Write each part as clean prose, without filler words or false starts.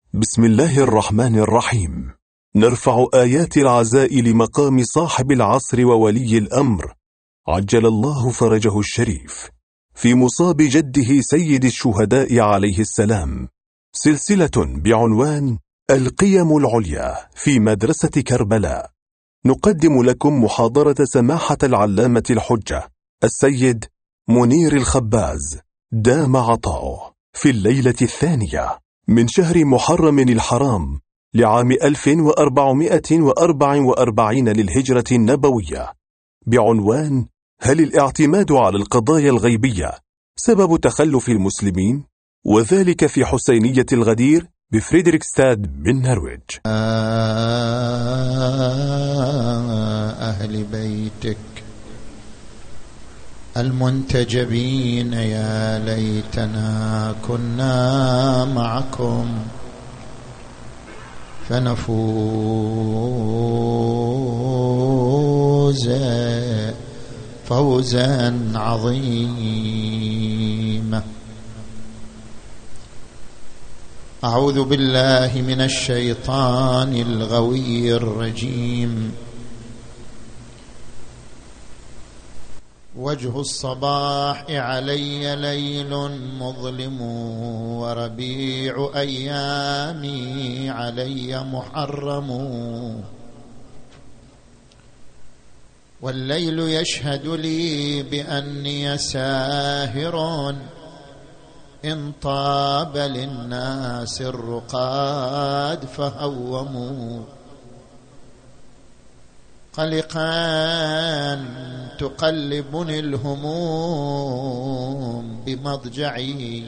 بسم الله الرحمن الرحيم. نرفع آيات العزاء لمقام صاحب العصر وولي الأمر عجل الله فرجه الشريف في مصاب جده سيد الشهداء عليه السلام، سلسلة بعنوان القيم العليا في مدرسة كربلاء. نقدم لكم محاضرة سماحة العلامة الحجة السيد منير الخباز دام عطاؤه في الليلة الثانية من شهر محرم الحرام لعام 1444 للهجرة النبوية، بعنوان: هل الاعتماد على القضايا الغيبية سبب تخلف المسلمين؟ وذلك في حسينية الغدير بفريدريكستاد بالنرويج. أهل بيتك المنتجبين يا ليتنا كنا معكم فنفوز فوزا عظيما. أعوذ بالله من الشيطان الغوي الرجيم. وجه الصباح علي ليل مظلم وربيع أيامي علي محرم، والليل يشهد لي بأني ساهر إن طاب للناس الرقاد فهوموا، قلقا تقلبني الهموم بمضجعي،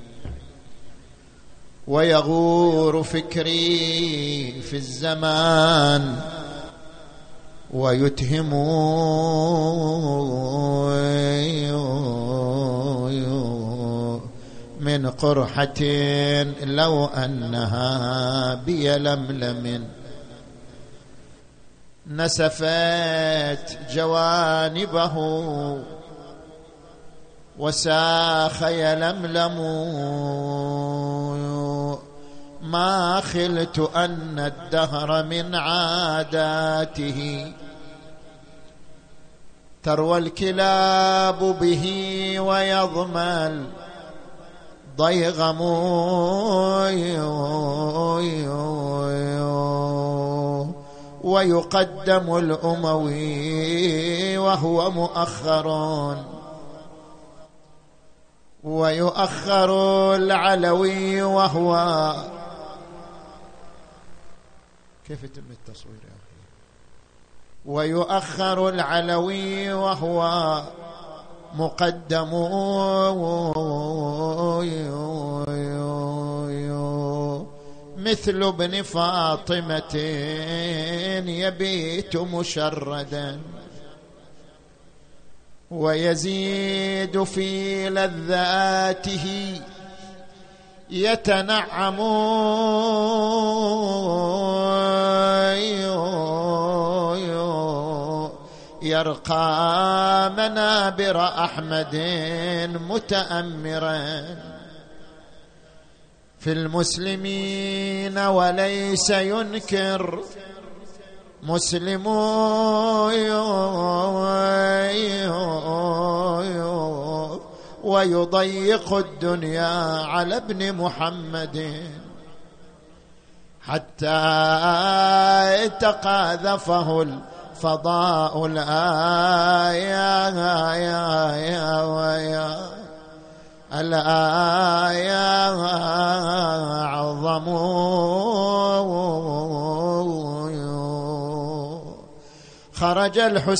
ويغور فكري في الزمان ويتهم من قرحة لو أنها بيلملم نسفت جوانبه وساخ يلملم، ما خلت أن الدهر من عاداته تروى الكلاب به ويضمل ضيغم، ويقدم الأموي وهو مؤخر، ويؤخر العلوي وهو كيف يتم التصوير يا أخي؟ ويؤخر العلوي وهو مقدم، مثل ابن فاطمة يبيت مشردا ويزيد في لذاته يتنعم، يرقى منابر أحمد متأمرا في المسلمين وليس ينكر مسلم، ويضيق الدنيا على ابن محمد حتى تقاذفه الفضاء الآية الآية عظم. خرج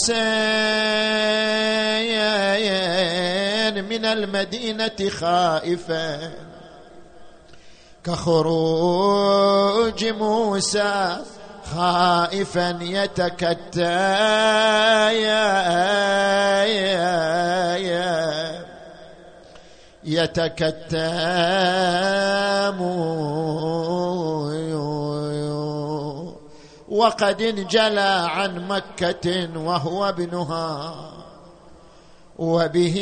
الحسين من المدينة خائفا كخروج موسى خائفا يتكتم، وقد انجلى عن مكة وهو ابنها، وبه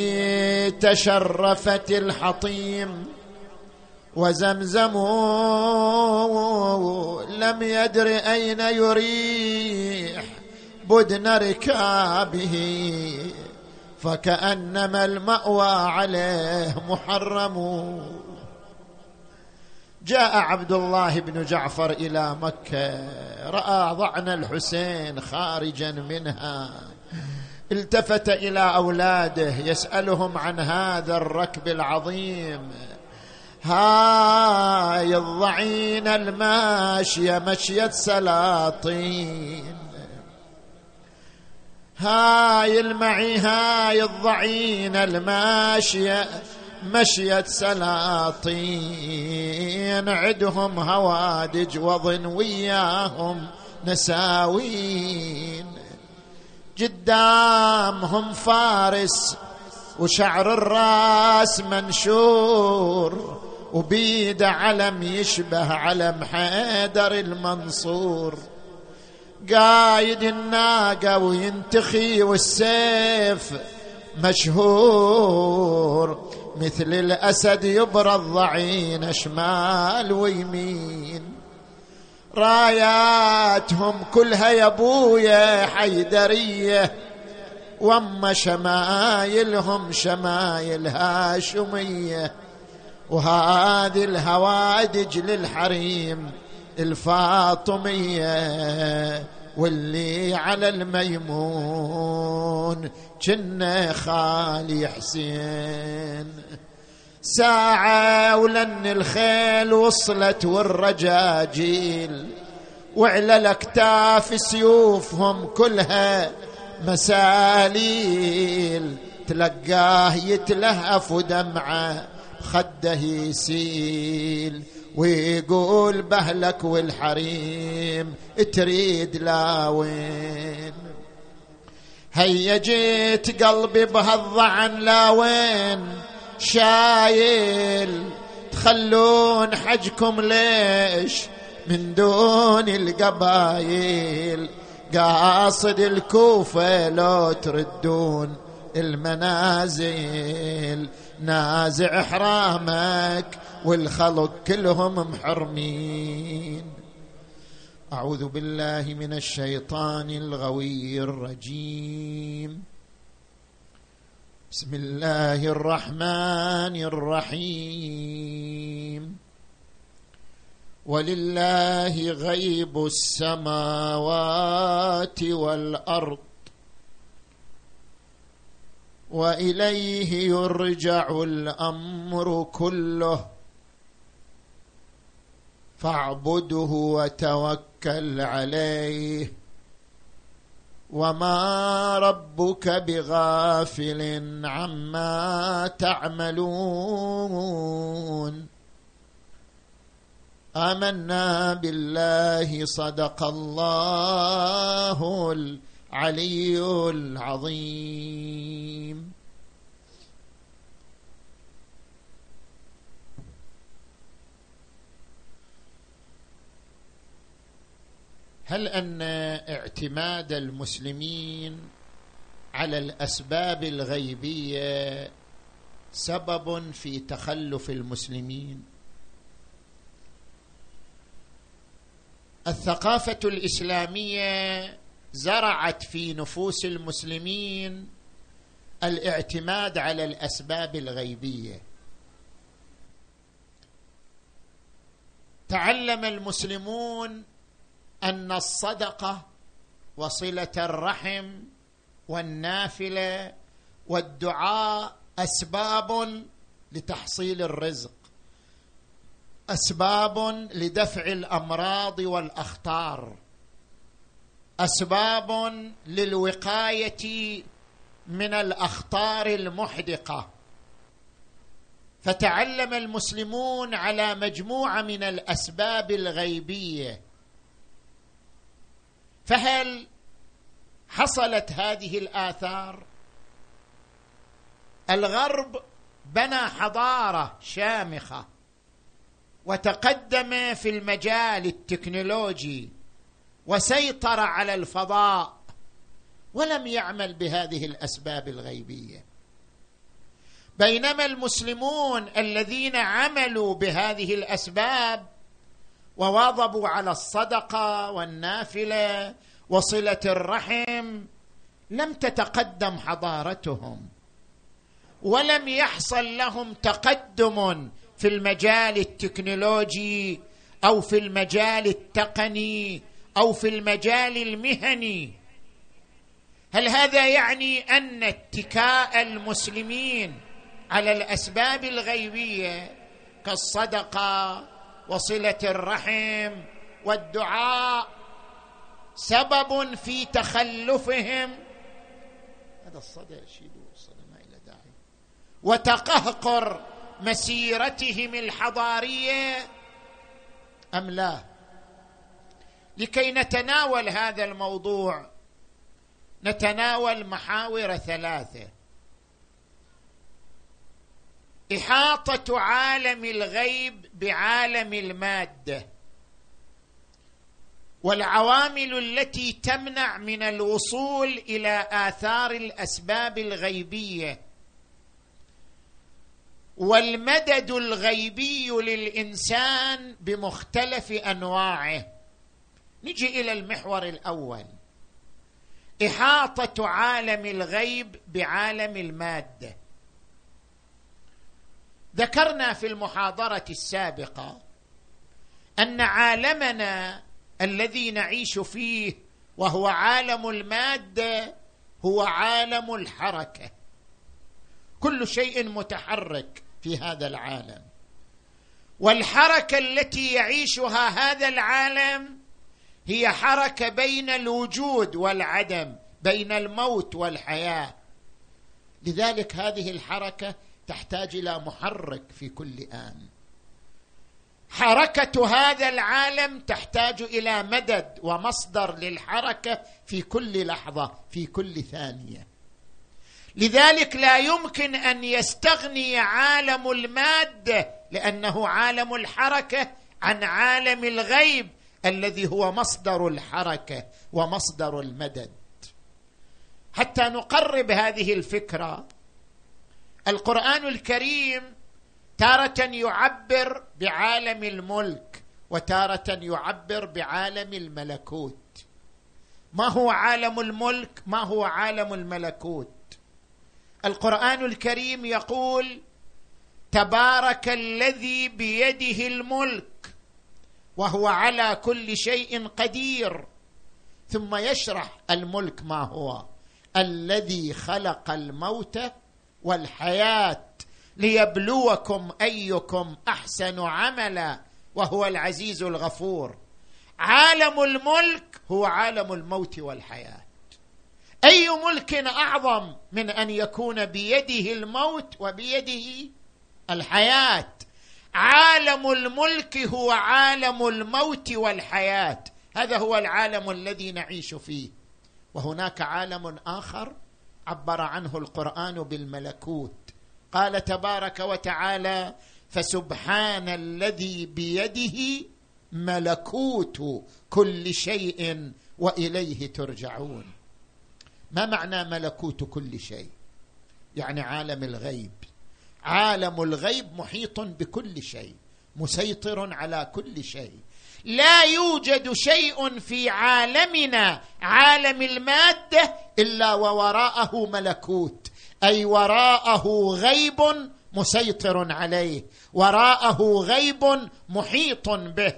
تشرفت الحطيم وزمزم لم يدر أين يريح بدن ركابه، فكأنما المأوى عليه محرم. جاء عبد الله بن جعفر إلى مكة، رأى ضعن الحسين خارجا منها، التفت إلى أولاده يسألهم عن هذا الركب العظيم. هاي الضعين الماشية مشية سلاطين، هاي الضعين الماشية مشية سلاطين، عدهم هوادج وظن وياهم نساوين، قدامهم فارس وشعر الراس منشور، وبيد علم يشبه علم حيدر المنصور، قايد الناقة وينتخي والسيف مشهور، مثل الأسد يبرى الضعين شمال ويمين، راياتهم كلها يا بويا حيدرية، واما شمايلهم شمايل هاشمية، وهذه الهوادج للحريم الفاطمية، واللي على الميمون جنة خالي حسين. ساعة ولن الخيل وصلت والرجاجيل، وعلى الاكتاف سيوفهم كلها مساليل، تلقاه يتلهف ودمعه خده يسيل، ويقول بهلك والحريم تريد لا وين، هيا جيت قلبي بهالضعن لا وين شايل، تخلون حجكم ليش من دون القبايل، قاصد الكوفة لو تردون المنازل، نازع حرامك والخلق كلهم محرمين. أعوذ بالله من الشيطان الغوي الرجيم. بسم الله الرحمن الرحيم. ولله غيب السماوات والأرض وإليه يرجع الأمر كله فاعبده وتوكل عليه وما ربك بغافل عما تعملون. آمنا بالله صدق الله العلي العظيم. هل أن اعتماد المسلمين على الأسباب الغيبية سبب في تخلف المسلمين؟ الثقافة الإسلامية زرعت في نفوس المسلمين الاعتماد على الأسباب الغيبية. تعلم المسلمون أن الصدقة وصلة الرحم والنافلة والدعاء أسباب لتحصيل الرزق، أسباب لدفع الأمراض والأخطار، أسباب للوقاية من الأخطار المحدقة. فتعلم المسلمون على مجموعة من الأسباب الغيبية. فهل حصلت هذه الآثار؟ الغرب بنى حضارة شامخة وتقدم في المجال التكنولوجي وسيطر على الفضاء، ولم يعمل بهذه الأسباب الغيبية، بينما المسلمون الذين عملوا بهذه الأسباب وواظبوا على الصدقة والنافلة وصلة الرحم، لم تتقدم حضارتهم، ولم يحصل لهم تقدم في المجال التكنولوجي أو في المجال التقني أو في المجال المهني. هل هذا يعني أن اتكاء المسلمين على الأسباب الغيبية كالصدقة وصلة الرحم والدعاء سبب في تخلفهم؟ هذا الصدى يشيلوا الصدى ما إلى داعي، وتقهقر مسيرتهم الحضارية أم لا؟ لكي نتناول هذا الموضوع نتناول محاور 3: إحاطة عالم الغيب بعالم المادة، والعوامل التي تمنع من الوصول إلى آثار الأسباب الغيبية، والمدد الغيبي للإنسان بمختلف أنواعه. نجي إلى المحور الأول: إحاطة عالم الغيب بعالم المادة. ذكرنا في المحاضرة السابقة أن عالمنا الذي نعيش فيه وهو عالم المادة هو عالم الحركة، كل شيء متحرك في هذا العالم، والحركة التي يعيشها هذا العالم هي حركة بين الوجود والعدم، بين الموت والحياة. لذلك هذه الحركة تحتاج إلى محرك في كل آن. حركة هذا العالم تحتاج إلى مدد ومصدر للحركة في كل لحظة، في كل ثانية. لذلك لا يمكن أن يستغني عالم المادة لأنه عالم الحركة عن عالم الغيب الذي هو مصدر الحركة ومصدر المدد. حتى نقرب هذه الفكرة، القرآن الكريم تارة يعبر بعالم الملك وتارة يعبر بعالم الملكوت. ما هو عالم الملك؟ ما هو عالم الملكوت؟ القرآن الكريم يقول: تبارك الذي بيده الملك وهو على كل شيء قدير، ثم يشرح الملك ما هو: الذي خلق الموت والحياة ليبلوكم أيكم أحسن عملا وهو العزيز الغفور. عالم الملك هو عالم الموت والحياة. أي ملك أعظم من أن يكون بيده الموت وبيده الحياة؟ عالم الملك هو عالم الموت والحياة، هذا هو العالم الذي نعيش فيه. وهناك عالم آخر عبر عنه القرآن بالملكوت، قال تبارك وتعالى: فسبحان الذي بيده ملكوت كل شيء وإليه ترجعون. ما معنى ملكوت كل شيء؟ يعني عالم الغيب. عالم الغيب محيط بكل شيء، مسيطر على كل شيء. لا يوجد شيء في عالمنا عالم المادة إلا ووراءه ملكوت، أي وراءه غيب مسيطر عليه، وراءه غيب محيط به.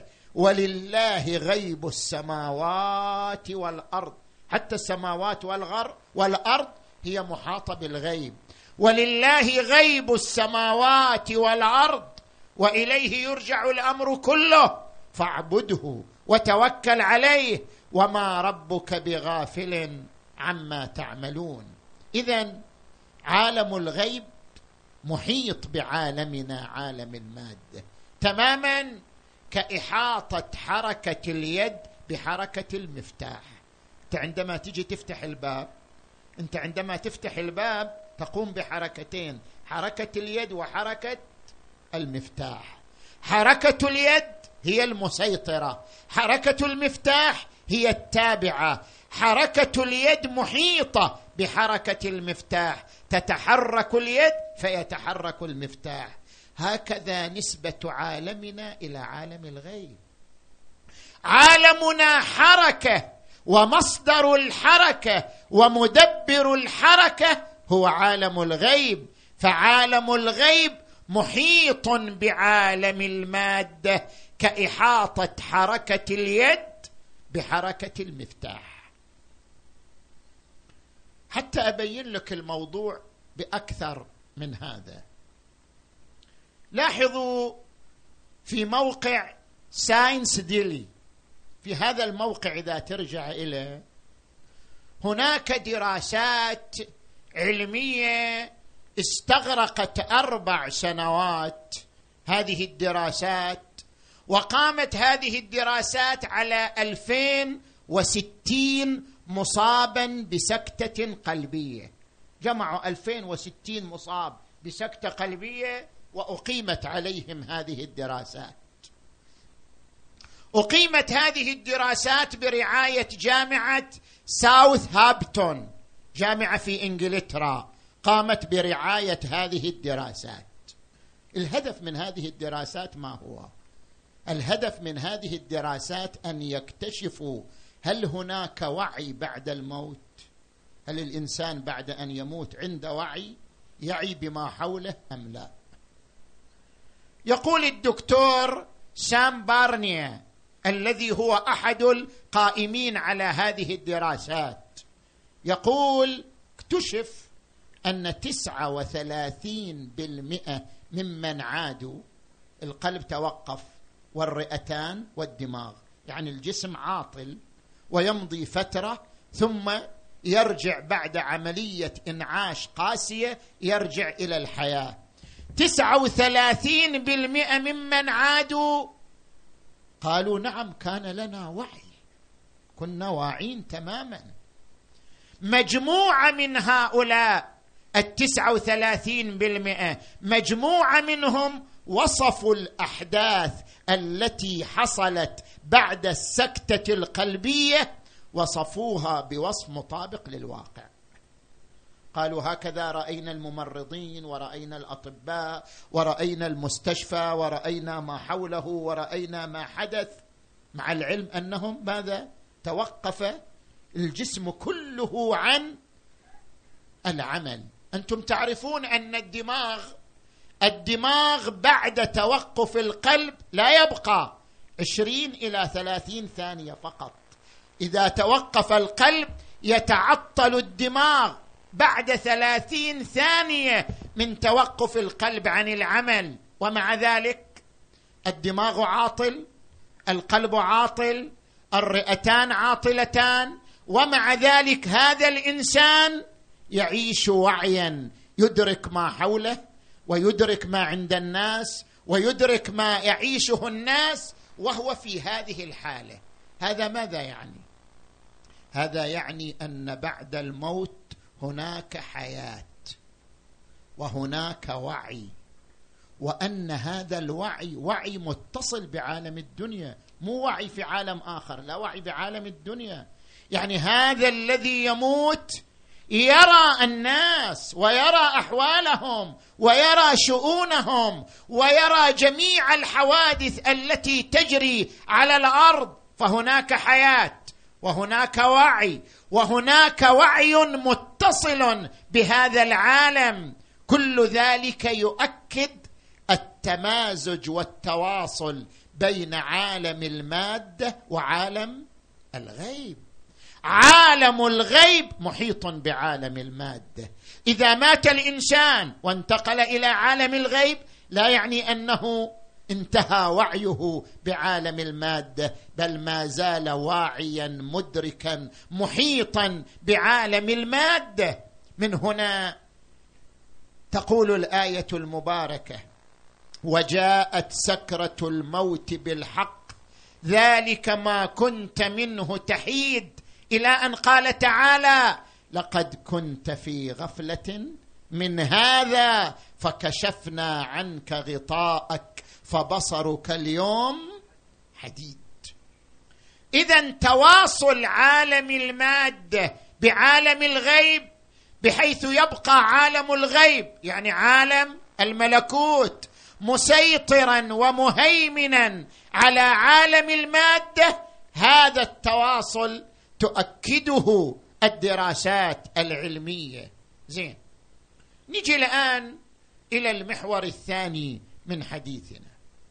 ولله غيب السماوات والأرض، حتى السماوات والأرض هي محاطة بالغيب. ولله غيب السماوات والأرض وإليه يرجع الأمر كله فاعبده وتوكل عليه وما ربك بغافل عما تعملون. إذن عالم الغيب محيط بعالمنا عالم المادة، تماما كإحاطة حركة اليد بحركة المفتاح. أنت عندما تجي تفتح الباب، أنت عندما تفتح الباب تقوم بحركتين: حركة اليد وحركة المفتاح. حركة اليد هي المسيطرة، حركة المفتاح هي التابعة. حركة اليد محيطة بحركة المفتاح، تتحرك اليد فيتحرك المفتاح. هكذا نسبة عالمنا إلى عالم الغيب. عالمنا حركة، ومصدر الحركة ومدبر الحركة هو عالم الغيب، فعالم الغيب محيط بعالم المادة كإحاطة حركة اليد بحركة المفتاح. حتى أبين لك الموضوع بأكثر من هذا، لاحظوا في موقع ساينس ديلي، في هذا الموقع إذا ترجع إليه هناك دراسات علمية استغرقت 4 سنوات. هذه الدراسات، وقامت هذه الدراسات على 2060 مصابا بسكتة قلبية. جمعوا 2060 مصاب بسكتة قلبية وأقيمت عليهم هذه الدراسات. أقيمت هذه الدراسات برعاية جامعة ساوثهامبتون، جامعة في إنجلترا، قامت برعاية هذه الدراسات. الهدف من هذه الدراسات ما هو؟ الهدف من هذه الدراسات أن يكتشفوا هل هناك وعي بعد الموت؟ هل الإنسان بعد أن يموت عنده وعي يعي بما حوله أم لا؟ يقول الدكتور سام بارنيا الذي هو أحد القائمين على هذه الدراسات، يقول اكتشف أن 39% ممن عادوا القلب توقف والرئتان والدماغ، يعني الجسم عاطل ويمضي فترة ثم يرجع بعد عملية إنعاش قاسية يرجع إلى الحياة. 39% ممن عادوا قالوا نعم كان لنا وعي، كنا واعين تماما. مجموعة من هؤلاء 39%، مجموعة منهم وصفوا الأحداث التي حصلت بعد السكتة القلبية، وصفوها بوصف مطابق للواقع. قالوا هكذا رأينا الممرضين ورأينا الأطباء ورأينا المستشفى ورأينا ما حوله ورأينا ما حدث، مع العلم أنهم ماذا؟ توقف الجسم كله عن العمل. أنتم تعرفون أن الدماغ بعد توقف القلب لا يبقى 20 إلى 30 ثانية فقط. إذا توقف القلب يتعطل الدماغ بعد 30 ثانية من توقف القلب عن العمل، ومع ذلك الدماغ عاطل، القلب عاطل، الرئتان عاطلتان، ومع ذلك هذا الإنسان يعيش وعيا، يدرك ما حوله ويدرك ما عند الناس ويدرك ما يعيشه الناس وهو في هذه الحالة. هذا ماذا يعني؟ هذا يعني أن بعد الموت هناك حياة وهناك وعي، وأن هذا الوعي وعي متصل بعالم الدنيا، مو وعي في عالم آخر، لا، وعي بعالم الدنيا. يعني هذا الذي يموت يرى الناس ويرى أحوالهم ويرى شؤونهم ويرى جميع الحوادث التي تجري على الأرض، فهناك حياة وهناك وعي، وهناك وعي متصل بهذا العالم. كل ذلك يؤكد التمازج والتواصل بين عالم المادة وعالم الغيب. عالم الغيب محيط بعالم المادة. إذا مات الإنسان وانتقل إلى عالم الغيب لا يعني أنه انتهى وعيه بعالم المادة، بل ما زال واعيا مدركا محيطا بعالم المادة. من هنا تقول الآية المباركة: وجاءت سكرة الموت بالحق ذلك ما كنت منه تحيد، إلى أن قال تعالى: لقد كنت في غفلة من هذا فكشفنا عنك غطاءك فبصرك اليوم حديد. إذن تواصل عالم المادة بعالم الغيب، بحيث يبقى عالم الغيب يعني عالم الملكوت مسيطرا ومهيمنا على عالم المادة. هذا التواصل تؤكده الدراسات العلمية. زين، نجي الآن إلى المحور الثاني من حديثنا.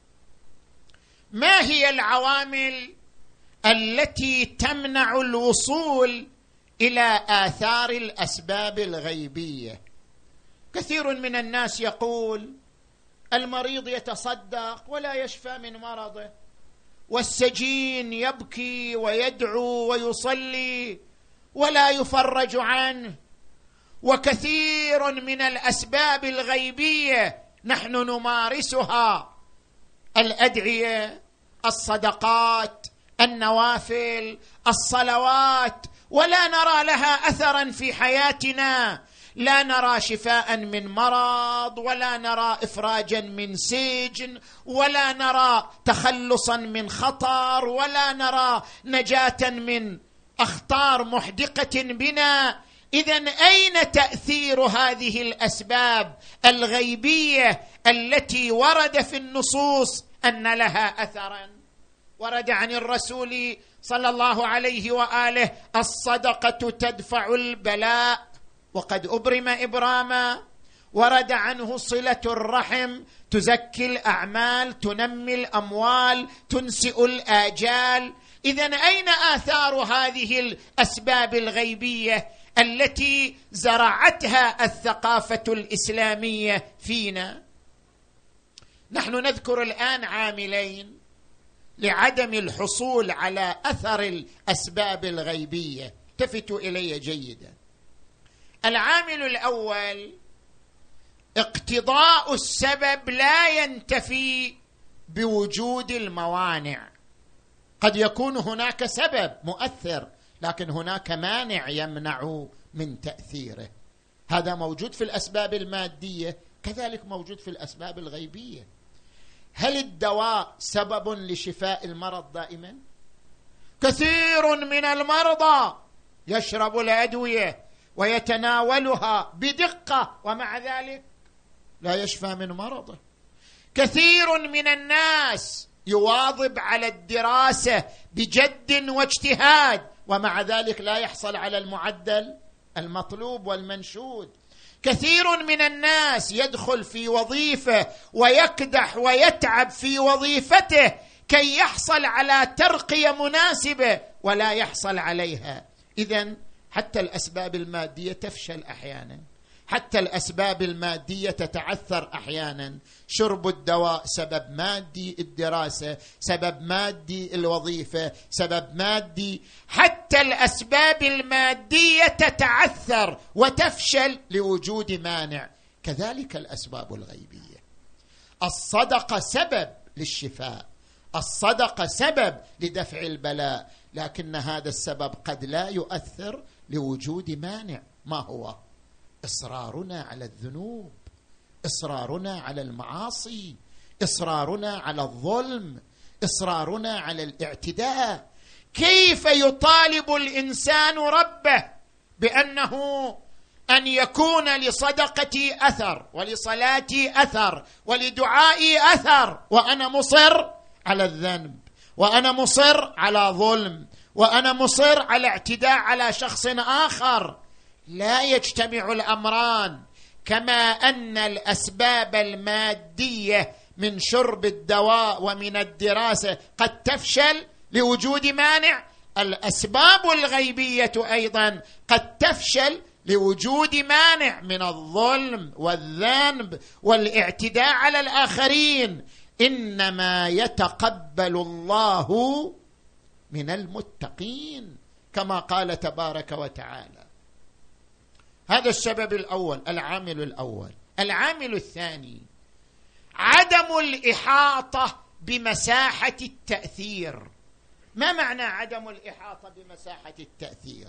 ما هي العوامل التي تمنع الوصول إلى آثار الأسباب الغيبية؟ كثير من الناس يقول المريض يتصدق ولا يشفى من مرضه، والسجين يبكي ويدعو ويصلي ولا يفرج عنه، وكثير من الأسباب الغيبية نحن نمارسها، الأدعية، الصدقات، النوافل، الصلوات، ولا نرى لها أثرا في حياتنا، لا نرى شفاء من مرض، ولا نرى إفراجا من سجن، ولا نرى تخلصا من خطر، ولا نرى نجاة من أخطار محدقة بنا. إذن أين تأثير هذه الأسباب الغيبية التي ورد في النصوص أن لها أثرا؟ ورد عن الرسول صلى الله عليه وآله: الصدقة تدفع البلاء وقد أبرم إبراما. ورد عنه: صلة الرحم تزكي الأعمال، تنمي الأموال، تنسئ الآجال. إذن أين آثار هذه الأسباب الغيبية التي زرعتها الثقافة الإسلامية فينا؟ نحن نذكر الآن عاملين لعدم الحصول على أثر الأسباب الغيبية، التفتوا إلي جيدا. العامل الأول: اقتضاء السبب لا ينتفي بوجود الموانع. قد يكون هناك سبب مؤثر، لكن هناك مانع يمنع من تأثيره. هذا موجود في الأسباب المادية، كذلك موجود في الأسباب الغيبية. هل الدواء سبب لشفاء المرض دائما؟ كثير من المرضى يشرب الأدوية ويتناولها بدقة، ومع ذلك لا يشفى من مرضه. كثير من الناس يواظب على الدراسة بجد واجتهاد، ومع ذلك لا يحصل على المعدل المطلوب والمنشود. كثير من الناس يدخل في وظيفة ويكدح ويتعب في وظيفته كي يحصل على ترقية مناسبة ولا يحصل عليها. إذن حتى الأسباب المادية تفشل أحيانا، حتى الأسباب المادية تتعثر أحيانا. شرب الدواء سبب مادي، الدراسة سبب مادي، الوظيفة سبب مادي. حتى الأسباب المادية تتعثر وتفشل لوجود مانع. كذلك الأسباب الغيبية. الصدقة سبب للشفاء، الصدقة سبب لدفع البلاء، لكن هذا السبب قد لا يؤثر لوجود مانع. ما هو؟ إصرارنا على الذنوب، إصرارنا على المعاصي، إصرارنا على الظلم، إصرارنا على الاعتداء. كيف يطالب الإنسان ربه بأنه أن يكون لصدقتي أثر ولصلاتي أثر ولدعائي أثر، وأنا مصر على الذنب، وأنا مصر على ظلم، وأنا مصر على اعتداء على شخص آخر؟ لا يجتمع الأمران. كما أن الأسباب المادية من شرب الدواء ومن الدراسة قد تفشل لوجود مانع، الأسباب الغيبية أيضا قد تفشل لوجود مانع من الظلم والذنب والاعتداء على الآخرين. إنما يتقبل الله من المتقين كما قال تبارك وتعالى. هذا السبب الأول، العامل الأول. العامل الثاني: عدم الإحاطة بمساحة التأثير. ما معنى عدم الإحاطة بمساحة التأثير؟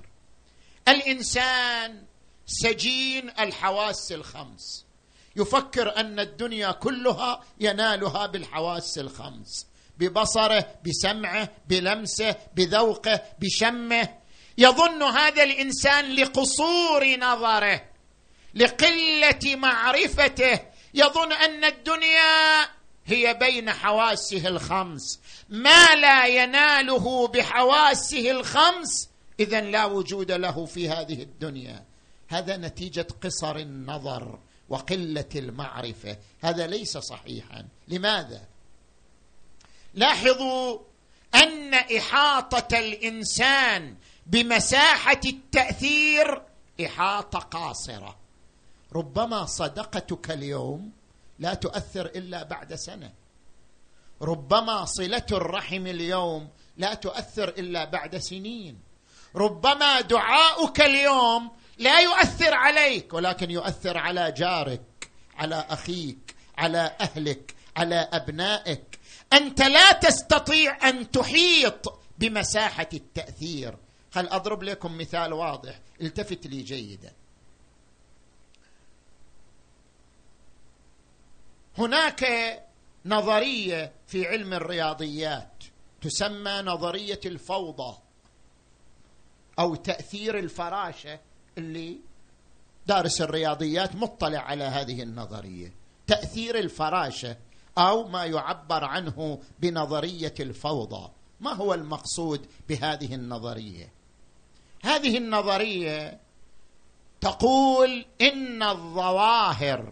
الإنسان سجين الحواس الخمس، يفكر أن الدنيا كلها ينالها بالحواس الخمس، ببصره، بسمعه، بلمسه، بذوقه، بشمه. يظن هذا الإنسان لقصور نظره، لقلة معرفته، يظن أن الدنيا هي بين حواسه الخمس، ما لا يناله بحواسه الخمس إذن لا وجود له في هذه الدنيا. هذا نتيجة قصر النظر وقلة المعرفة، هذا ليس صحيحا. لماذا؟ لاحظوا أن إحاطة الإنسان بمساحة التأثير إحاطة قاصرة. ربما صدقتك اليوم لا تؤثر إلا بعد سنة، ربما صلة الرحم اليوم لا تؤثر إلا بعد سنين، ربما دعاؤك اليوم لا يؤثر عليك ولكن يؤثر على جارك، على أخيك، على أهلك، على أبنائك. أنت لا تستطيع أن تحيط بمساحة التأثير. خل أضرب لكم مثال واضح، التفت لي جيدا. هناك نظرية في علم الرياضيات تسمى نظرية الفوضى أو تأثير الفراشة. اللي دارس الرياضيات مطلع على هذه النظرية، تأثير الفراشة أو ما يعبر عنه بنظرية الفوضى. ما هو المقصود بهذه النظرية؟ هذه النظرية تقول إن الظواهر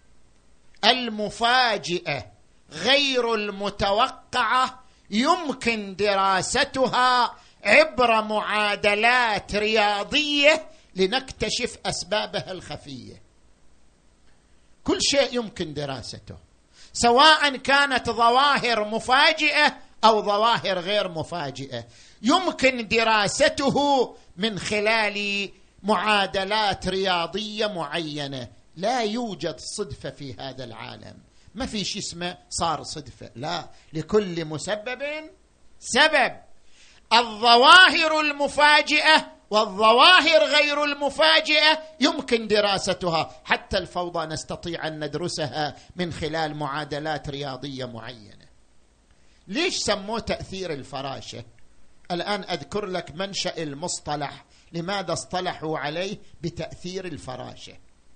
المفاجئة غير المتوقعة يمكن دراستها عبر معادلات رياضية لنكتشف أسبابها الخفية. كل شيء يمكن دراسته، سواء كانت ظواهر مفاجئة أو ظواهر غير مفاجئة، يمكن دراسته من خلال معادلات رياضية معينة. لا يوجد صدفة في هذا العالم، ما في شيء اسمه صار صدفة، لا، لكل مسبب سبب. الظواهر المفاجئة والظواهر غير المفاجئة يمكن دراستها، حتى الفوضى نستطيع أن ندرسها من خلال معادلات رياضية معينة. ليش سموه تأثير الفراشة؟ الآن أذكر لك منشأ المصطلح، لماذا اصطلحوا عليه بتأثير الفراشة.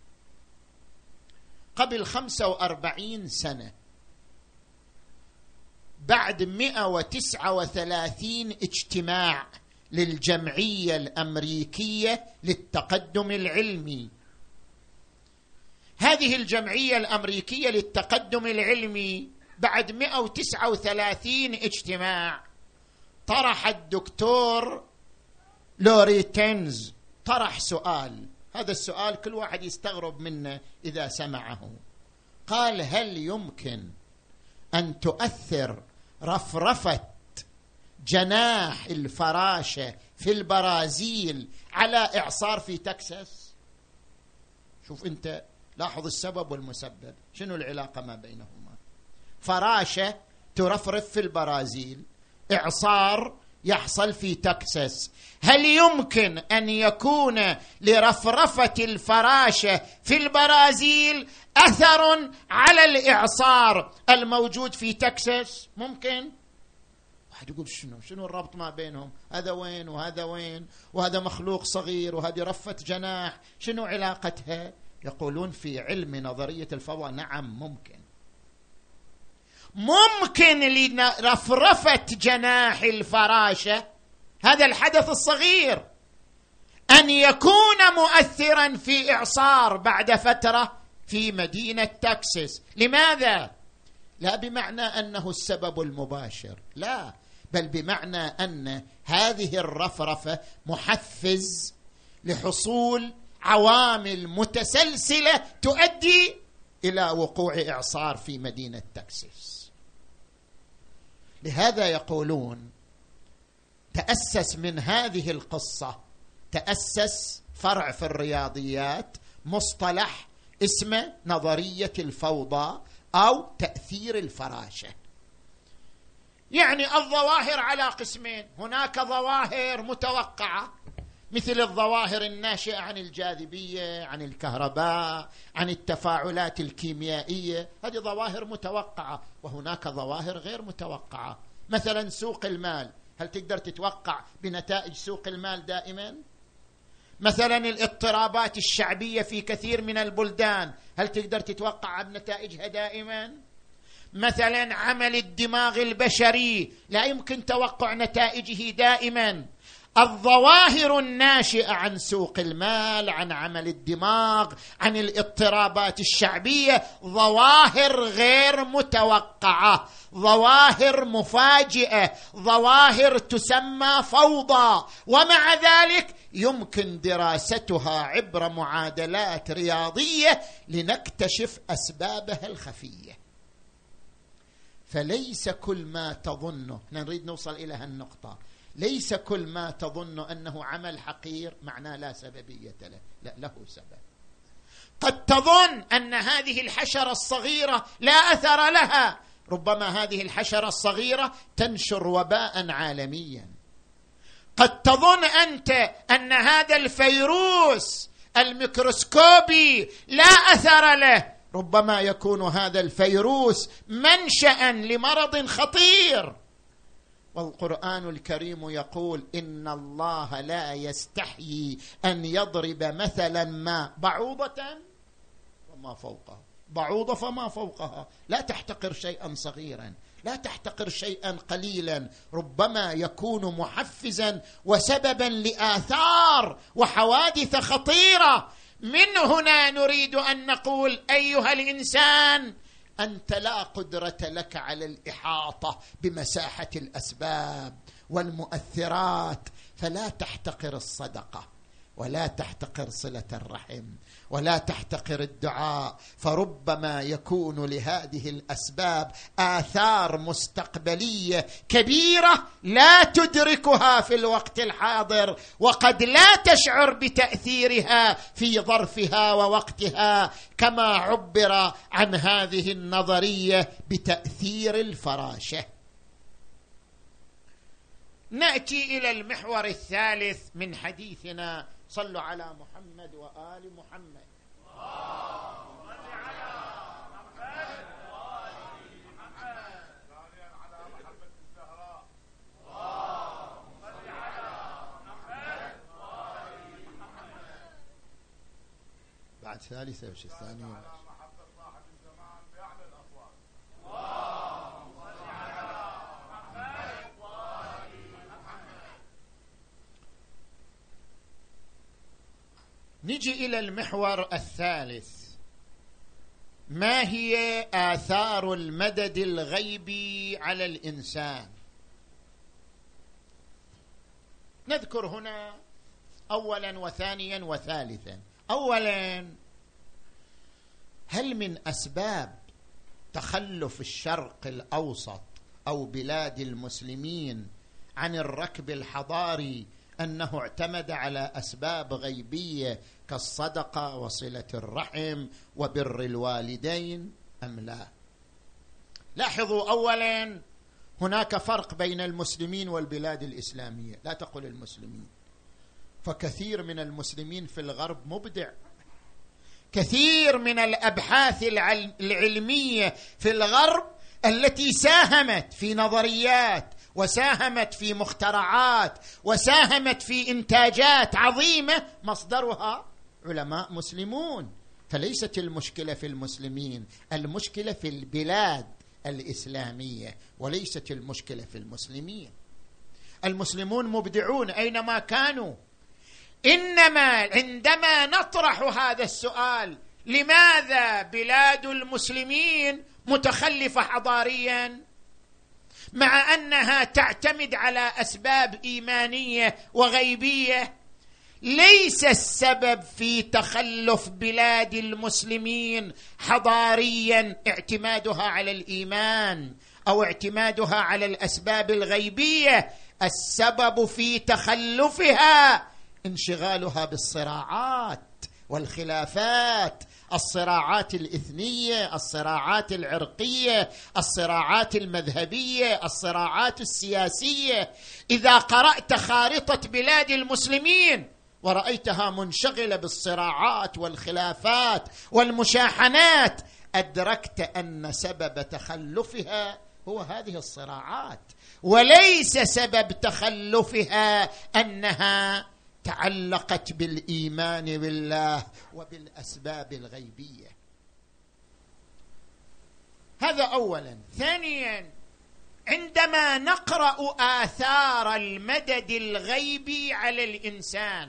قبل 45 سنة، بعد 139 اجتماع للجمعية الأمريكية للتقدم العلمي، هذه الجمعية الأمريكية للتقدم العلمي بعد 139 اجتماع طرح الدكتور لوريتنز طرح سؤال. هذا السؤال كل واحد يستغرب منه إذا سمعه. قال: هل يمكن أن تؤثر رفرفة جناح الفراشة في البرازيل على إعصار في تكساس؟ شوف أنت، لاحظ السبب والمسبب، شنو العلاقة ما بينهما؟ فراشة ترفرف في البرازيل، إعصار يحصل في تكساس. هل يمكن أن يكون لرفرفة الفراشة في البرازيل أثر على الإعصار الموجود في تكساس؟ ممكن. واحد يقول شنو الربط ما بينهم؟ هذا وين وهذا وين، وهذا مخلوق صغير وهذه رفة جناح، شنو علاقتها؟ يقولون في علم نظرية الفوضى نعم ممكن لرفرفة جناح الفراشة، هذا الحدث الصغير، أن يكون مؤثرا في إعصار بعد فترة في مدينة تكساس. لماذا؟ لا بمعنى أنه السبب المباشر، لا، بل بمعنى أن هذه الرفرفة محفز لحصول عوامل متسلسلة تؤدي إلى وقوع إعصار في مدينة تكساس. لهذا يقولون تأسس من هذه القصة، تأسس فرع في الرياضيات مصطلح اسمه نظرية الفوضى أو تأثير الفراشة. يعني الظواهر على قسمين، هناك ظواهر متوقعة مثل الظواهر الناشئة عن الجاذبية، عن الكهرباء، عن التفاعلات الكيميائية، هذه ظواهر متوقعة، وهناك ظواهر غير متوقعة. مثلا سوق المال، هل تقدر تتوقع بنتائج سوق المال دائما؟ مثلا الاضطرابات الشعبية في كثير من البلدان، هل تقدر تتوقع بنتائجها دائما؟ مثلا عمل الدماغ البشري لا يمكن توقع نتائجه دائما. الظواهر الناشئة عن سوق المال، عن عمل الدماغ، عن الاضطرابات الشعبية، ظواهر غير متوقعة، ظواهر مفاجئة، ظواهر تسمى فوضى، ومع ذلك يمكن دراستها عبر معادلات رياضية لنكتشف أسبابها الخفية. فليس كل ما تظنه، نريد نوصل إلى هالنقطة، ليس كل ما تظن أنه عمل حقير معناه لا سببية له، لا، له سبب. قد تظن أن هذه الحشرة الصغيرة لا أثر لها، ربما هذه الحشرة الصغيرة تنشر وباء عالميا. قد تظن أنت أن هذا الفيروس الميكروسكوبي لا أثر له، ربما يكون هذا الفيروس منشأ لمرض خطير. والقرآن الكريم يقول: إن الله لا يستحيي أن يضرب مثلا ما بعوضة وما فوقها، بعوضة فما فوقها، لا تحتقر شيئا صغيرا، لا تحتقر شيئا قليلا، ربما يكون محفزا وسببا لآثار وحوادث خطيرة. من هنا نريد أن نقول أيها الإنسان، أنت لا قدرة لك على الإحاطة بمساحة الأسباب والمؤثرات، فلا تحتقر الصدقة، ولا تحتقر صلة الرحم، ولا تحتقر الدعاء، فربما يكون لهذه الأسباب آثار مستقبلية كبيرة لا تدركها في الوقت الحاضر، وقد لا تشعر بتأثيرها في ظرفها ووقتها، كما عبر عن هذه النظرية بتأثير الفراشة. نأتي إلى المحور الثالث من حديثنا. صلوا على محمد وآل محمد. بعد ثالثة وش الثانية؟ نجي إلى المحور الثالث. ما هي آثار المدد الغيبي على الإنسان؟ نذكر هنا أولا وثانيا وثالثا. أولا، هل من أسباب تخلف الشرق الأوسط أو بلاد المسلمين عن الركب الحضاري أنه اعتمد على أسباب غيبية كالصدقة وصلة الرحم وبر الوالدين أم لا؟ لاحظوا أولا، هناك فرق بين المسلمين والبلاد الإسلامية. لا تقل المسلمين، فكثير من المسلمين في الغرب مبدع. كثير من الأبحاث العلمية في الغرب التي ساهمت في نظريات وساهمت في مخترعات وساهمت في إنتاجات عظيمة مصدرها علماء مسلمون. فليست المشكلة في المسلمين، المشكلة في البلاد الإسلامية، وليست المشكلة في المسلمين. المسلمون مبدعون أينما كانوا، إنما عندما نطرح هذا السؤال: لماذا بلاد المسلمين متخلفة حضاريا مع أنها تعتمد على أسباب إيمانية وغيبية؟ ليس السبب في تخلف بلاد المسلمين حضاريا اعتمادها على الإيمان أو اعتمادها على الأسباب الغيبية، السبب في تخلفها انشغالها بالصراعات والخلافات، الصراعات الإثنية، الصراعات العرقية، الصراعات المذهبية، الصراعات السياسية. إذا قرأت خارطة بلاد المسلمين ورأيتها منشغلة بالصراعات والخلافات والمشاحنات، أدركت أن سبب تخلفها هو هذه الصراعات، وليس سبب تخلفها أنها تعلقت بالإيمان بالله وبالأسباب الغيبية. هذا أولا. ثانيا، عندما نقرأ آثار المدد الغيبي على الإنسان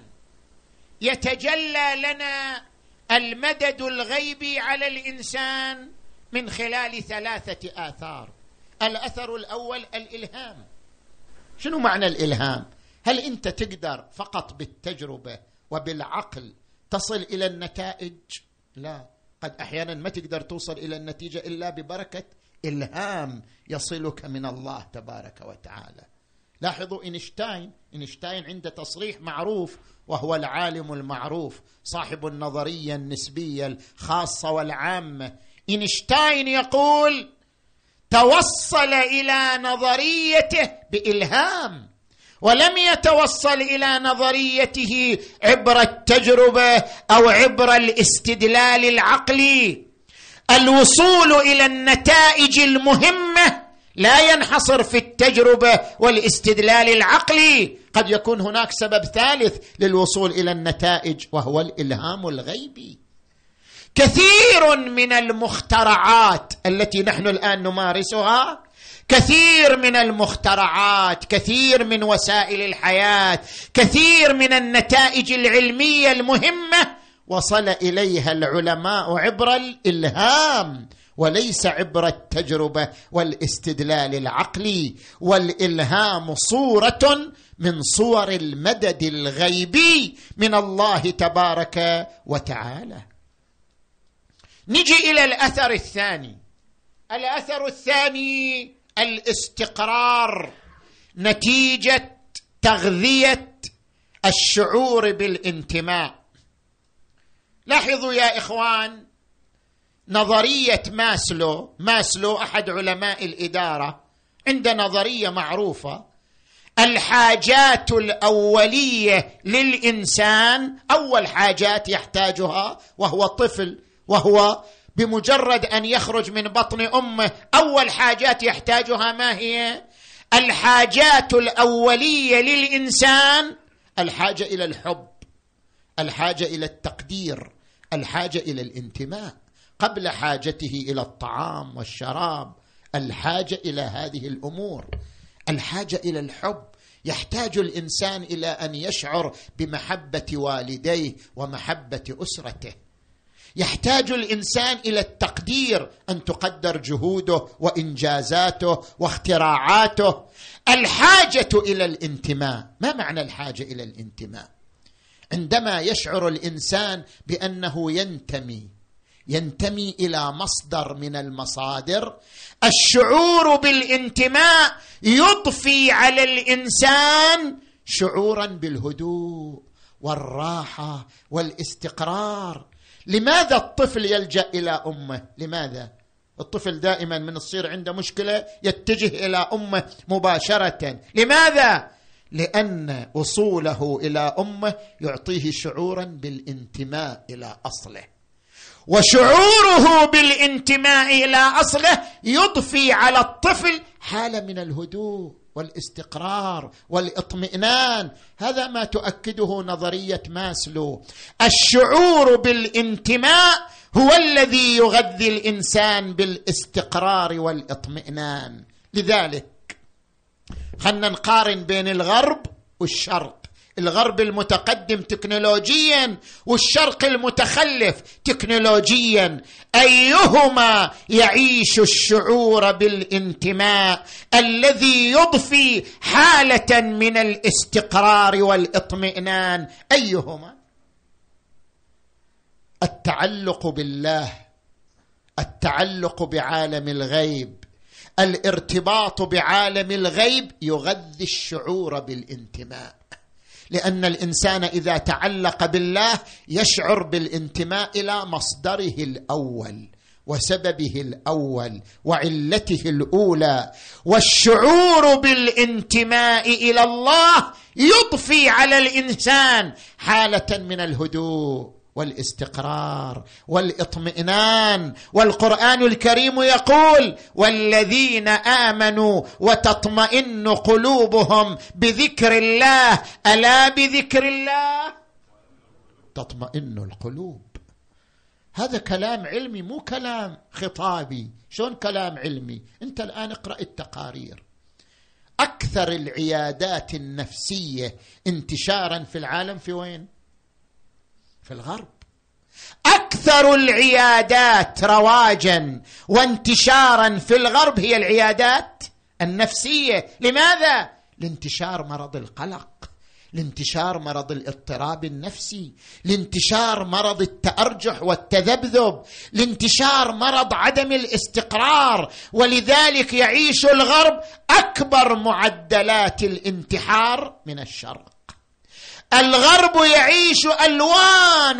يتجلى لنا المدد الغيبي على الإنسان من خلال 3 آثار. الأثر الأول الإلهام. شنو معنى الإلهام؟ هل أنت تقدر فقط بالتجربة وبالعقل تصل إلى النتائج؟ لا، قد أحيانا ما تقدر توصل إلى النتيجة إلا ببركة إلهام يصلك من الله تبارك وتعالى. لاحظوا إينشتاين عنده تصريح معروف، وهو العالم المعروف صاحب النظرية النسبية الخاصة والعامة. إينشتاين يقول توصل إلى نظريته بإلهام، ولم يتوصل إلى نظريته عبر التجربة أو عبر الاستدلال العقلي. الوصول إلى النتائج المهمة لا ينحصر في التجربة والاستدلال العقلي، قد يكون هناك سبب ثالث للوصول إلى النتائج وهو الإلهام الغيبي. كثير من المخترعات التي نحن الآن نمارسها، كثير من المخترعات، كثير من وسائل الحياة، كثير من النتائج العلمية المهمة وصل إليها العلماء عبر الإلهام وليس عبر التجربة والاستدلال العقلي. والإلهام صورة من صور المدد الغيبي من الله تبارك وتعالى. نجي إلى الأثر الثاني. الأثر الثاني الاستقرار نتيجة تغذية الشعور بالانتماء. لاحظوا يا إخوان، نظرية ماسلو أحد علماء الإدارة عنده نظرية معروفة: الحاجات الأولية للإنسان، أول حاجات يحتاجها وهو طفل، وهو بمجرد أن يخرج من بطن أمه أول حاجات يحتاجها ما هي؟ الحاجات الأولية للإنسان الحاجة إلى الحب، الحاجة إلى التقدير، الحاجة إلى الانتماء، قبل حاجته إلى الطعام والشراب. الحاجة إلى هذه الأمور، الحاجة إلى الحب. يحتاج الإنسان إلى أن يشعر بمحبة والديه ومحبة أسرته. يحتاج الإنسان إلى التقدير، أن تقدر جهوده وإنجازاته واختراعاته. الحاجة إلى الانتماء. ما معنى الحاجة إلى الانتماء؟ عندما يشعر الإنسان بأنه ينتمي إلى مصدر من المصادر، الشعور بالانتماء يضفي على الإنسان شعورا بالهدوء والراحة والاستقرار. لماذا الطفل يلجأ إلى أمه؟ لماذا؟ الطفل دائما من الصير عنده مشكلة يتجه إلى أمه مباشرة. لماذا؟ لأن وصوله إلى أمه يعطيه شعورا بالانتماء إلى أصله، وشعوره بالانتماء إلى أصله يضفي على الطفل حالة من الهدوء والاستقرار والاطمئنان. هذا ما تؤكده نظرية ماسلو. الشعور بالانتماء هو الذي يغذي الإنسان بالاستقرار والاطمئنان. لذلك خلنا نقارن بين الغرب والشرق. الغرب المتقدم تكنولوجيا والشرق المتخلف تكنولوجيا، أيهما يعيش الشعور بالانتماء الذي يضفي حالة من الاستقرار والاطمئنان؟ أيهما؟ التعلق بالله، التعلق بعالم الغيب، الارتباط بعالم الغيب يغذي الشعور بالانتماء. لأن الإنسان إذا تعلق بالله يشعر بالانتماء إلى مصدره الأول وسببه الأول وعلته الأولى. والشعور بالانتماء إلى الله يضفي على الإنسان حالة من الهدوء والاستقرار والاطمئنان. والقرآن الكريم يقول: والذين آمنوا وتطمئن قلوبهم بذكر الله، ألا بذكر الله تطمئن القلوب. هذا كلام علمي مو كلام خطابي. شلون كلام علمي؟ أنت الآن اقرأ التقارير. أكثر العيادات النفسية انتشارا في العالم في وين؟ في الغرب. أكثر العيادات رواجا وانتشارا في الغرب هي العيادات النفسية. لماذا؟ لانتشار مرض القلق، لانتشار مرض الاضطراب النفسي، لانتشار مرض التأرجح والتذبذب، لانتشار مرض عدم الاستقرار. ولذلك يعيش الغرب أكبر معدلات الانتحار من الشرق. الغرب يعيش ألوان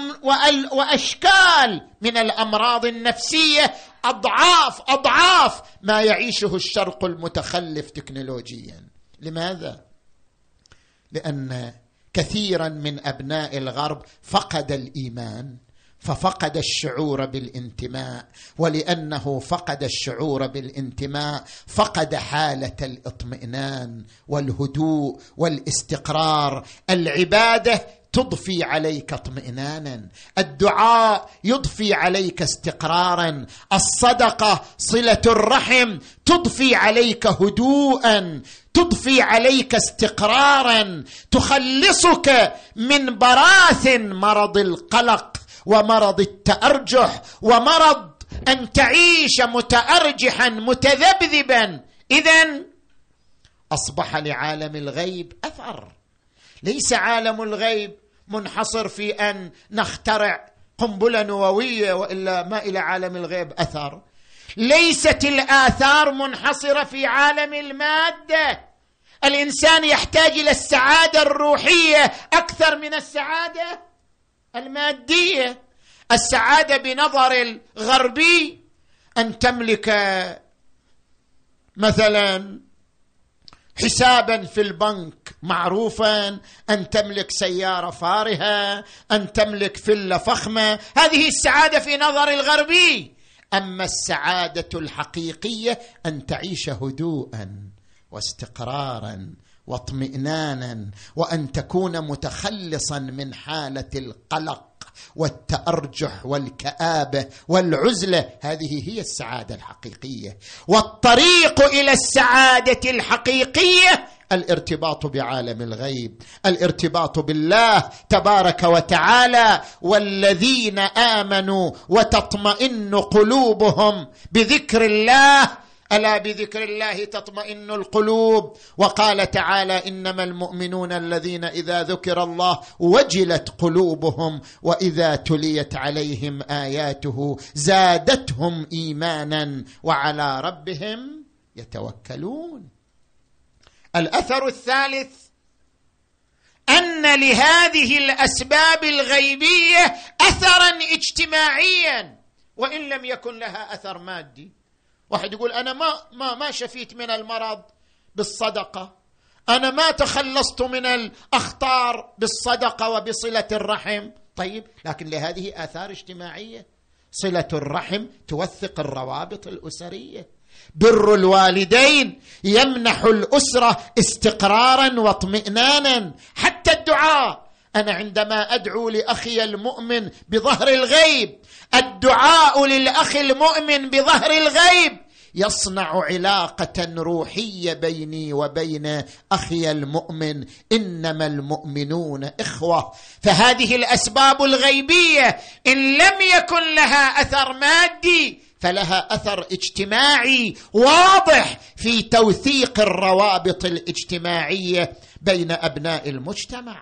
وأشكال من الأمراض النفسية أضعاف ما يعيشه الشرق المتخلف تكنولوجيا. لماذا؟ لأن كثيرا من أبناء الغرب فقد الإيمان ففقد الشعور بالانتماء، ولأنه فقد الشعور بالانتماء فقد حالة الاطمئنان والهدوء والاستقرار. العبادة تضفي عليك اطمئنانا، الدعاء يضفي عليك استقرارا، الصدقة صلة الرحم تضفي عليك هدوءا، تضفي عليك استقرارا، تخلصك من براثن مرض القلق ومرض التأرجح ومرض أن تعيش متأرجحا متذبذبا. إذن أصبح لعالم الغيب أثر. ليس عالم الغيب منحصر في أن نخترع قنبلة نووية، وإلا ما إلى عالم الغيب أثر. ليست الآثار منحصرة في عالم المادة. الإنسان يحتاج إلى السعادة الروحية أكثر من السعادة المادية. السعادة بنظر الغربي أن تملك مثلا حسابا في البنك معروفا، أن تملك سيارة فارهة، أن تملك فيلا فخمة. هذه السعادة في نظر الغربي. أما السعادة الحقيقية أن تعيش هدوءا واستقرارا واطمئنانا، وأن تكون متخلصا من حالة القلق والتأرجح والكآبة والعزلة. هذه هي السعادة الحقيقية. والطريق إلى السعادة الحقيقية الارتباط بعالم الغيب، الارتباط بالله تبارك وتعالى. والذين آمنوا وتطمئن قلوبهم بذكر الله، ألا بذكر الله تطمئن القلوب. وقال تعالى: إنما المؤمنون الذين إذا ذكر الله وجلت قلوبهم وإذا تليت عليهم آياته زادتهم إيمانا وعلى ربهم يتوكلون. الأثر الثالث أن لهذه الأسباب الغيبية أثرا اجتماعيا وإن لم يكن لها أثر مادي. واحد يقول: أنا ما شفيت من المرض بالصدقة، أنا ما تخلصت من الأخطار بالصدقة وبصلة الرحم. طيب، لكن لهذه آثار اجتماعية. صلة الرحم توثق الروابط الأسرية، بر الوالدين يمنح الأسرة استقرارا واطمئنانا. حتى الدعاء، أنا عندما أدعو لأخي المؤمن بظهر الغيب، الدعاء للأخ المؤمن بظهر الغيب يصنع علاقة روحية بيني وبين أخي المؤمن. إنما المؤمنون إخوة. فهذه الأسباب الغيبية إن لم يكن لها أثر مادي فلها أثر اجتماعي واضح في توثيق الروابط الاجتماعية بين أبناء المجتمع.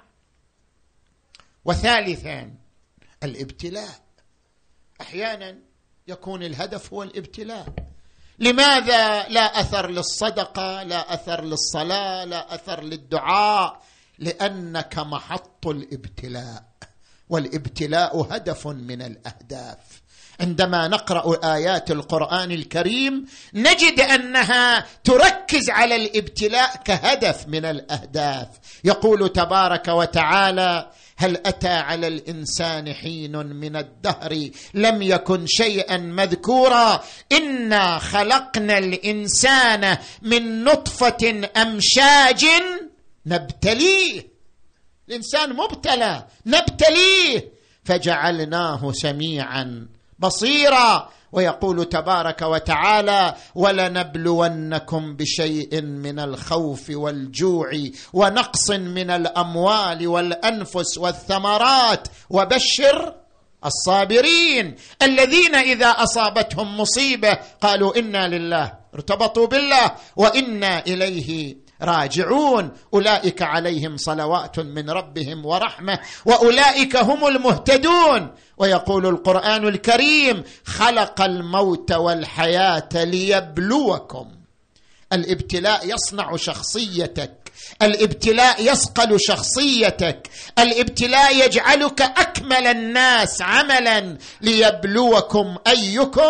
وثالثا الابتلاء. أحيانا يكون الهدف هو الابتلاء. لماذا لا أثر للصدقة، لا أثر للصلاة، لا أثر للدعاء؟ لأنك محط الابتلاء، والابتلاء هدف من الأهداف. عندما نقرأ آيات القرآن الكريم نجد أنها تركز على الابتلاء كهدف من الأهداف. يقول تبارك وتعالى: هل أتى على الإنسان حين من الدهر لم يكن شيئا مذكورا إنا خلقنا الإنسان من نطفة أمشاج نبتليه. الإنسان مبتلى، نبتليه. فجعلناه سميعا بصيرا. ويقول تبارك وتعالى: ولنبلونكم بشيء من الخوف والجوع ونقص من الأموال والأنفس والثمرات وبشر الصابرين الذين إذا أصابتهم مصيبة قالوا إنا لله، ارتبطوا بالله وإنا إليه راجعون، أولئك عليهم صلوات من ربهم ورحمة وأولئك هم المهتدون. ويقول القرآن الكريم: خلق الموت والحياة ليبلوكم. الابتلاء يصنع شخصيتك، الابتلاء يصقل شخصيتك، الابتلاء يجعلك أكمل الناس عملا، ليبلوكم أيكم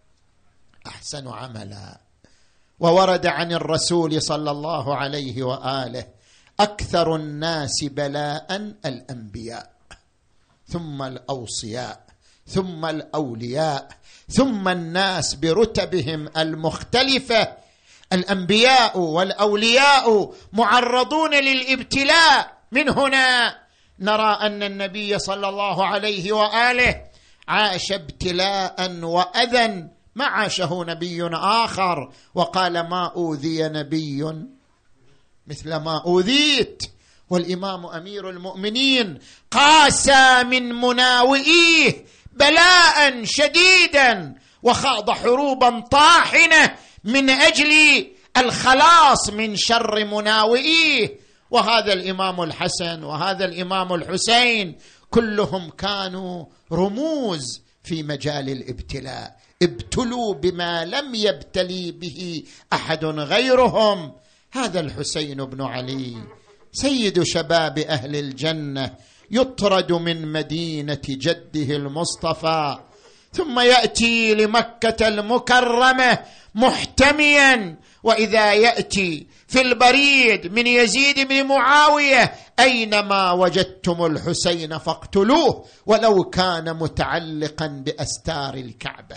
أحسن عملا. وورد عن الرسول صلى الله عليه وآله: أكثر الناس بلاء الأنبياء، ثم الأوصياء، ثم الأولياء، ثم الناس برتبهم المختلفة. الأنبياء والأولياء معرضون للابتلاء. من هنا نرى أن النبي صلى الله عليه وآله عاش ابتلاء وأذى ما عاشه نبي آخر، وقال: ما أوذي نبي مثل ما أوذيت. والإمام أمير المؤمنين قاسى من مناوئيه بلاء شديدا، وخاض حروبا طاحنة من أجل الخلاص من شر مناوئيه. وهذا الإمام الحسن وهذا الإمام الحسين كلهم كانوا رموز في مجال الابتلاء، ابتلوا بما لم يبتلي به أحد غيرهم. هذا الحسين بن علي سيد شباب أهل الجنة يطرد من مدينة جده المصطفى، ثم يأتي لمكة المكرمة محتميا، وإذا يأتي في البريد من يزيد بن معاوية: أينما وجدتم الحسين فاقتلوه ولو كان متعلقا بأستار الكعبة.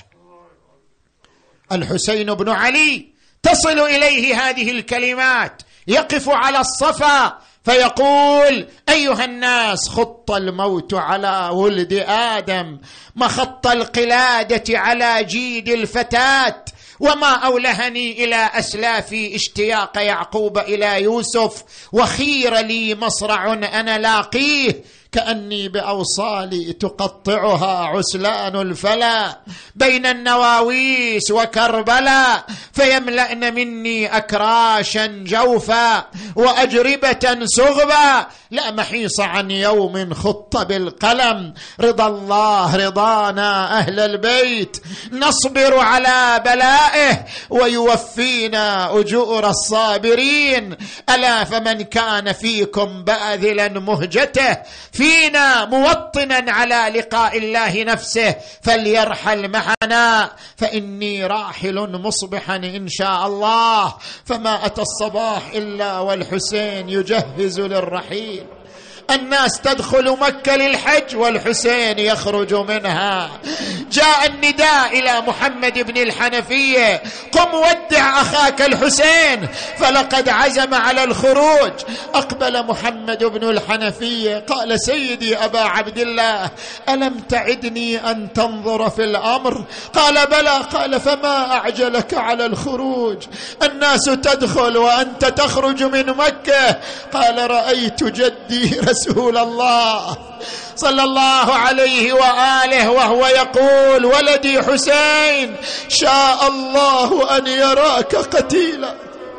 الحسين بن علي تصل إليه هذه الكلمات، يقف على الصفا فيقول: أيها الناس، خط الموت على ولد آدم، مخط القلادة على جيد الفتاة، وما أولهني إلى أسلافي اشتياق يعقوب إلى يوسف، وخير لي مصرع أنا لاقيه، كأني بأوصالي تقطعها عسلان الفلا بين النواويس وكربلاء، فيملأن مني أكراشا جوفا وأجربة سغبا، لا محيص عن يوم خط بالقلم، رضا الله رضانا أهل البيت، نصبر على بلائه ويوفينا أجور الصابرين. ألا فمن كان فيكم باذلا مهجته فينا موطنا على لقاء الله نفسه فليرحل معنا، فإني راحل مصبحا إن شاء الله. فما أتى الصباح إلا والحسين يجهز للرحيل. الناس تدخل مكة للحج والحسين يخرج منها. جاء النداء إلى محمد بن الحنفية: قم ودع أخاك الحسين فلقد عزم على الخروج. أقبل محمد بن الحنفية قال: سيدي أبا عبد الله، ألم تعدني أن تنظر في الأمر؟ قال: بلى. قال: فما أعجلك على الخروج؟ الناس تدخل وأنت تخرج من مكة. قال: رأيت جدي رسول الله صلى الله عليه وآله وهو يقول: ولدي حسين، شاء الله أن يراك قتيلا.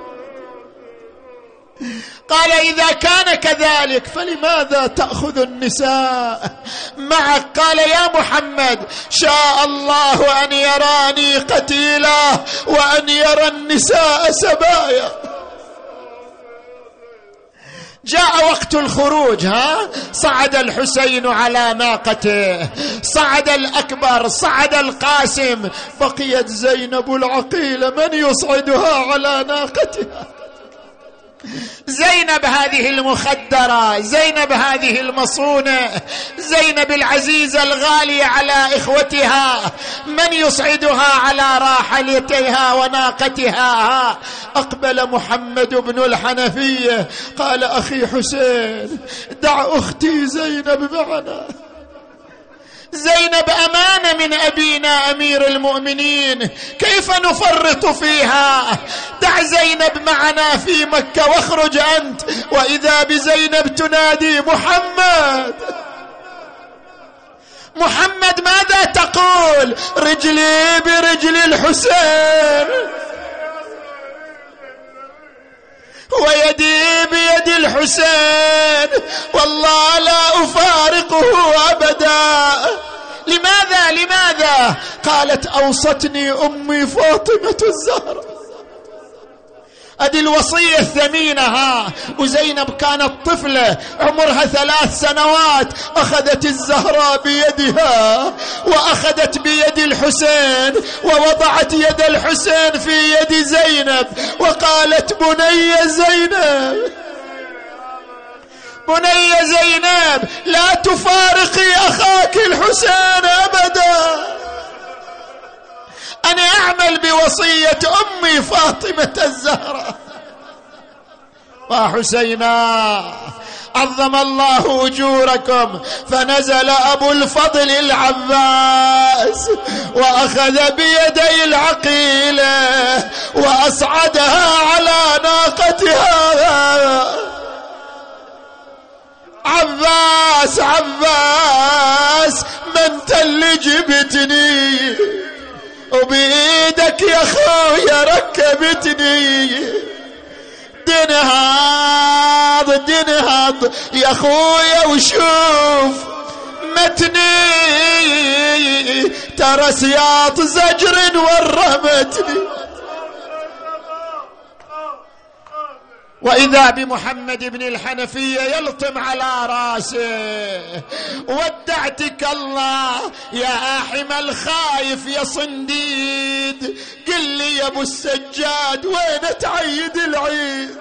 قال: إذا كان كذلك فلماذا تأخذ النساء معك؟ قال: يا محمد، شاء الله أن يراني قتيلا وأن يرى النساء سبايا. جاء وقت الخروج، صعد الحسين على ناقته، صعد الأكبر، صعد القاسم، بقيت زينب العقيلة من يصعدها على ناقتها. زينب هذه المخدرة، زينب هذه المصونة، زينب العزيزة الغالية على إخوتها، من يصعدها على راحلتها وناقتها؟ أقبل محمد بن الحنفية قال: أخي حسين، دع أختي زينب معنا. زينب أمانة من أبينا أمير المؤمنين، كيف نفرط فيها؟ دع زينب معنا في مكة واخرج أنت. وإذا بزينب تنادي محمد محمد، ماذا تقول؟ رجلي برجل الحسين ويدي بيد الحسين، والله لا أفارقه أبدا. لماذا؟ قالت أوصتني أمي فاطمة الزهراء. هذه الوصية الثمينة. وزينب كانت طفلة عمرها 3 سنوات، أخذت الزهراء بيدها وأخذت بيد الحسين ووضعت يد الحسين في يد زينب وقالت بني زينب لا تفارقي أخاك الحسين أبدا. أنا أعمل بوصية أمي فاطمة الزهراء. وحسينا عظم الله أجوركم. فنزل أبو الفضل العباس وأخذ بيدي العقيلة وأصعدها على ناقتها. عباس من اللي جبتني وبيدك يا خويا ركبتني. دنهض يا خويا وشوف متني، ترى سياط زجر ورمتني. وإذا بمحمد بن الحنفية يلطم على راسه. ودعتك الله يا آحم الخايف يا صنديد، قل لي يا ابو السجاد وين تعيد العيد؟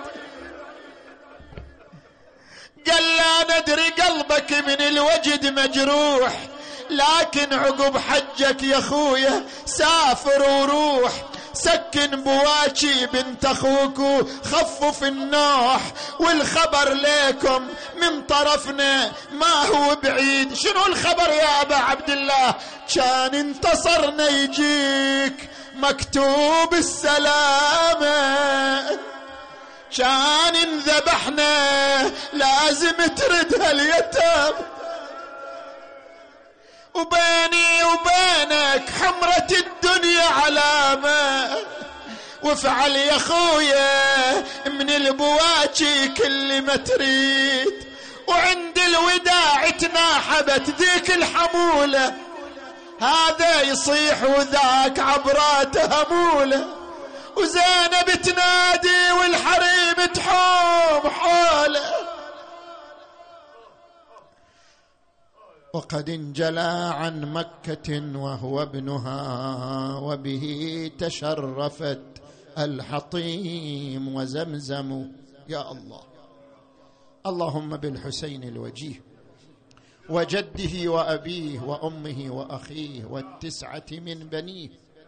قال لا ندري قلبك من الوجد مجروح، لكن عقب حجك يا خويا سافر وروح. سكن بواكي بنت اخوك خفف النوح، والخبر ليكم من طرفنا ما هو بعيد. شنو الخبر يا ابا عبد الله؟ كان انتصرنا يجيك مكتوب السلامة، كان انذبحنا لازم تردها اليتام، وبيني وبينك حمرة الدنيا علامة. وافعل يا خويا من البواكي كل ما تريد. وعند الوداع تناحبت ذيك الحمولة، هذا يصيح وذاك عبراته همولة. وزينب تنادي والحريم تحوم حوله. وقد انجلى عن مكة وهو ابنها، وبه تشرفت الحطيم وزمزم. يا الله، اللهم بالحسين الوجيه وجده وأبيه وأمه وأخيه وال9 من بنيه،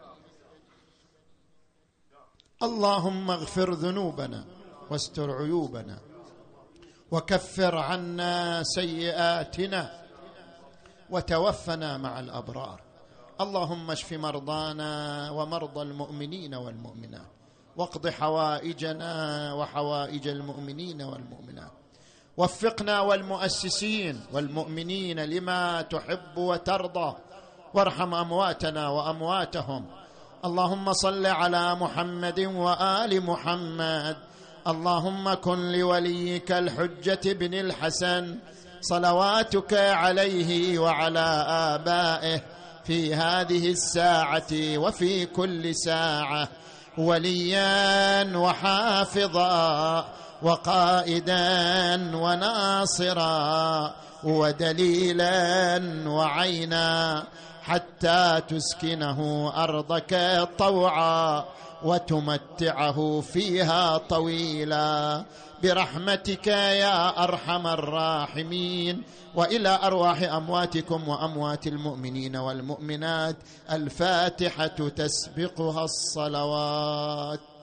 اللهم اغفر ذنوبنا واستر عيوبنا وكفر عنا سيئاتنا وتوفنا مع الأبرار. اللهم اشف مرضانا ومرضى المؤمنين والمؤمنات، واقض حوائجنا وحوائج المؤمنين والمؤمنات. وفقنا والمؤسسين والمؤمنين لما تحب وترضى، وارحم أمواتنا وأمواتهم. اللهم صل على محمد وآل محمد. اللهم كن لوليك الحجة بن الحسن صلواتك عليه وعلى آبائه في هذه الساعة وفي كل ساعة وليا وحافظا وقائدا وناصرا ودليلا وعينا، حتى تسكنه أرضك طوعا وتمتعه فيها طويلا برحمتك يا أرحم الراحمين. وإلى أرواح أمواتكم وأموات المؤمنين والمؤمنات الفاتحة تسبقها الصلوات.